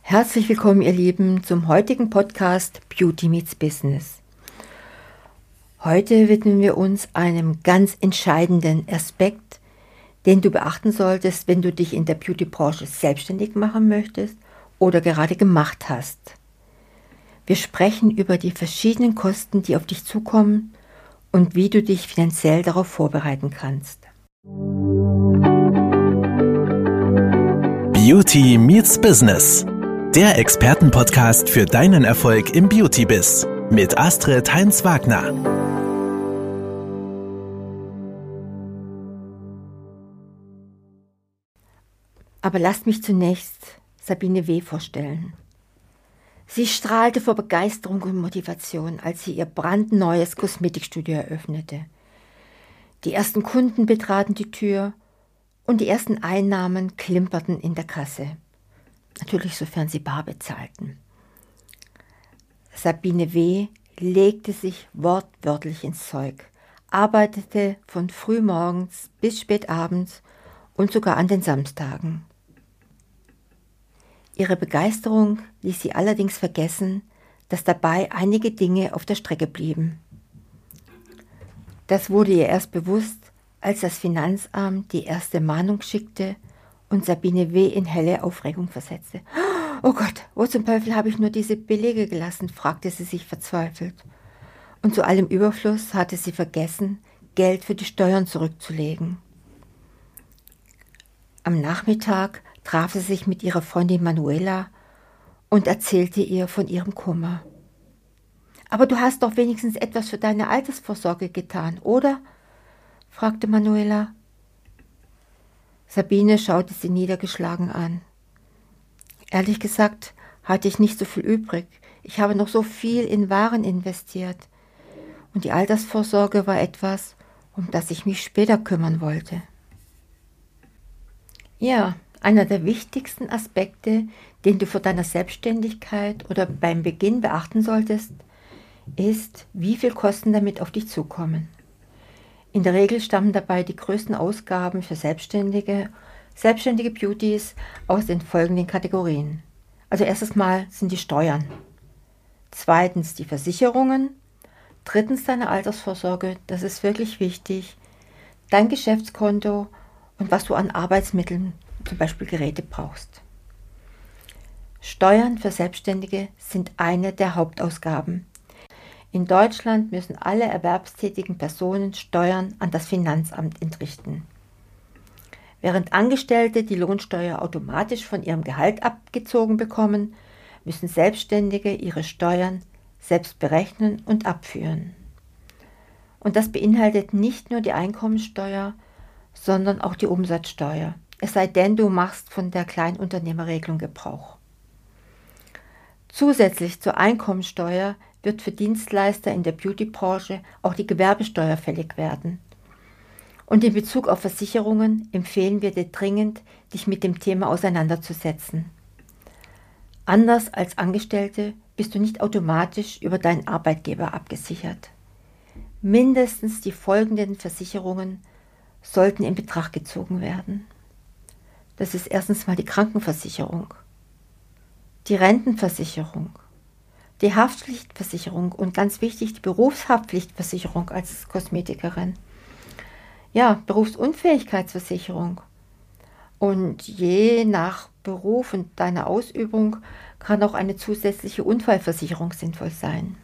Herzlich willkommen, ihr Lieben, zum heutigen Podcast Beauty Meets Business. Heute widmen wir uns einem ganz entscheidenden Aspekt, den du beachten solltest, wenn du dich in der Beauty-Branche selbstständig machen möchtest oder gerade gemacht hast. Wir sprechen über die verschiedenen Kosten, die auf dich zukommen und wie du dich finanziell darauf vorbereiten kannst. Beauty Meets Business, der Expertenpodcast für deinen Erfolg im Beauty-Biz mit Astrid Heinz-Wagner. Aber lasst mich zunächst Sabine W. vorstellen. Sie strahlte vor Begeisterung und Motivation, als sie ihr brandneues Kosmetikstudio eröffnete. Die ersten Kunden betraten die Tür und die ersten Einnahmen klimperten in der Kasse. Natürlich, sofern sie bar bezahlten. Sabine W. legte sich wortwörtlich ins Zeug, arbeitete von frühmorgens bis spät abends und sogar an den Samstagen. Ihre Begeisterung ließ sie allerdings vergessen, dass dabei einige Dinge auf der Strecke blieben. Das wurde ihr erst bewusst, als das Finanzamt die erste Mahnung schickte und Sabine W. in helle Aufregung versetzte. »Oh Gott, wo zum Teufel habe ich nur diese Belege gelassen?« fragte sie sich verzweifelt. Und zu allem Überfluss hatte sie vergessen, Geld für die Steuern zurückzulegen. Am Nachmittag traf sie sich mit ihrer Freundin Manuela und erzählte ihr von ihrem Kummer. »Aber du hast doch wenigstens etwas für deine Altersvorsorge getan, oder?« fragte Manuela. Sabine schaute sie niedergeschlagen an. »Ehrlich gesagt hatte ich nicht so viel übrig. Ich habe noch so viel in Waren investiert. Und die Altersvorsorge war etwas, um das ich mich später kümmern wollte.« Ja, einer der wichtigsten Aspekte, den du vor deiner Selbstständigkeit oder beim Beginn beachten solltest, ist, wie viel Kosten damit auf dich zukommen. In der Regel stammen dabei die größten Ausgaben für selbstständige Beauties aus den folgenden Kategorien. Also erstes Mal sind die Steuern, zweitens die Versicherungen, drittens deine Altersvorsorge, das ist wirklich wichtig, dein Geschäftskonto und was du an Arbeitsmitteln, zum Beispiel Geräte, brauchst. Steuern für Selbstständige sind eine der Hauptausgaben. In Deutschland müssen alle erwerbstätigen Personen Steuern an das Finanzamt entrichten. Während Angestellte die Lohnsteuer automatisch von ihrem Gehalt abgezogen bekommen, müssen Selbstständige ihre Steuern selbst berechnen und abführen. Und das beinhaltet nicht nur die Einkommensteuer, sondern auch die Umsatzsteuer, es sei denn, du machst von der Kleinunternehmerregelung Gebrauch. Zusätzlich zur Einkommensteuer wird für Dienstleister in der Beautybranche auch die Gewerbesteuer fällig werden. Und in Bezug auf Versicherungen empfehlen wir dir dringend, dich mit dem Thema auseinanderzusetzen. Anders als Angestellte bist du nicht automatisch über deinen Arbeitgeber abgesichert. Mindestens die folgenden Versicherungen sollten in Betracht gezogen werden. Das ist erstens mal die Krankenversicherung, die Rentenversicherung, die Haftpflichtversicherung und ganz wichtig, die Berufshaftpflichtversicherung als Kosmetikerin. Ja, Berufsunfähigkeitsversicherung. Und je nach Beruf und deiner Ausübung kann auch eine zusätzliche Unfallversicherung sinnvoll sein.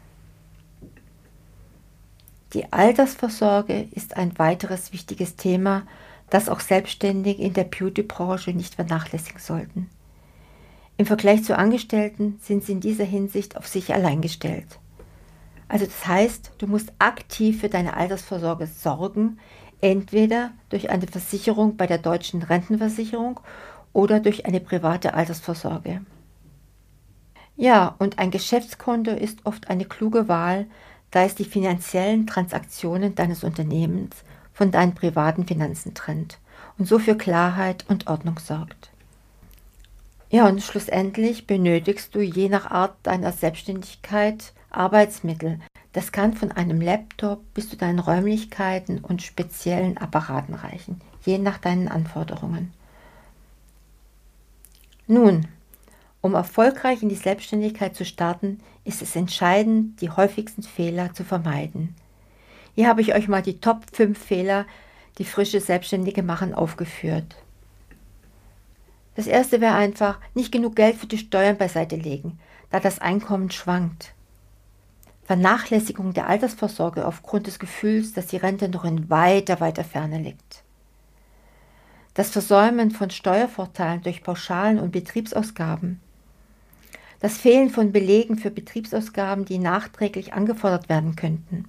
Die Altersvorsorge ist ein weiteres wichtiges Thema, das auch Selbstständige in der Beautybranche nicht vernachlässigen sollten. Im Vergleich zu Angestellten sind sie in dieser Hinsicht auf sich allein gestellt. Also das heißt, du musst aktiv für deine Altersvorsorge sorgen, entweder durch eine Versicherung bei der deutschen Rentenversicherung oder durch eine private Altersvorsorge. Ja, und ein Geschäftskonto ist oft eine kluge Wahl, da es die finanziellen Transaktionen deines Unternehmens von deinen privaten Finanzen trennt und so für Klarheit und Ordnung sorgt. Ja, und schlussendlich benötigst du je nach Art deiner Selbstständigkeit Arbeitsmittel. Das kann von einem Laptop bis zu deinen Räumlichkeiten und speziellen Apparaten reichen, je nach deinen Anforderungen. Nun, Um erfolgreich in die Selbstständigkeit zu starten, ist es entscheidend, die häufigsten Fehler zu vermeiden. Hier habe ich euch mal die Top 5 Fehler, die frische Selbstständige machen, aufgeführt. Das erste wäre einfach, nicht genug Geld für die Steuern beiseite legen, da das Einkommen schwankt. Vernachlässigung der Altersvorsorge aufgrund des Gefühls, dass die Rente noch in weiter Ferne liegt. Das Versäumen von Steuervorteilen durch Pauschalen und Betriebsausgaben. Das Fehlen von Belegen für Betriebsausgaben, die nachträglich angefordert werden könnten.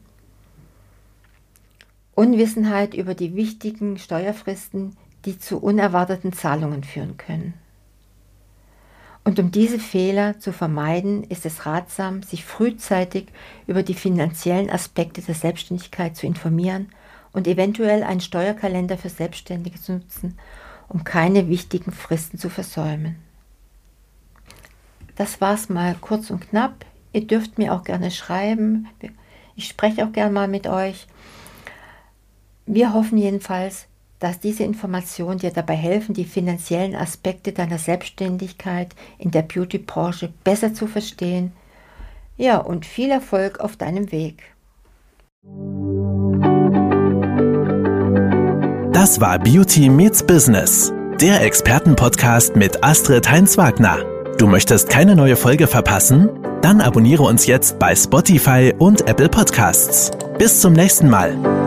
Unwissenheit über die wichtigen Steuerfristen, die zu unerwarteten Zahlungen führen können. Und um diese Fehler zu vermeiden, ist es ratsam, sich frühzeitig über die finanziellen Aspekte der Selbstständigkeit zu informieren und eventuell einen Steuerkalender für Selbstständige zu nutzen, um keine wichtigen Fristen zu versäumen. Das war's mal kurz und knapp. Ihr dürft mir auch gerne schreiben. Ich spreche auch gerne mal mit euch. Wir hoffen jedenfalls, dass diese Informationen dir dabei helfen, die finanziellen Aspekte deiner Selbstständigkeit in der Beauty-Branche besser zu verstehen. Ja, und viel Erfolg auf deinem Weg. Das war Beauty Meets Business, der Expertenpodcast mit Astrid Heinz-Wagner. Du möchtest keine neue Folge verpassen? Dann abonniere uns jetzt bei Spotify und Apple Podcasts. Bis zum nächsten Mal.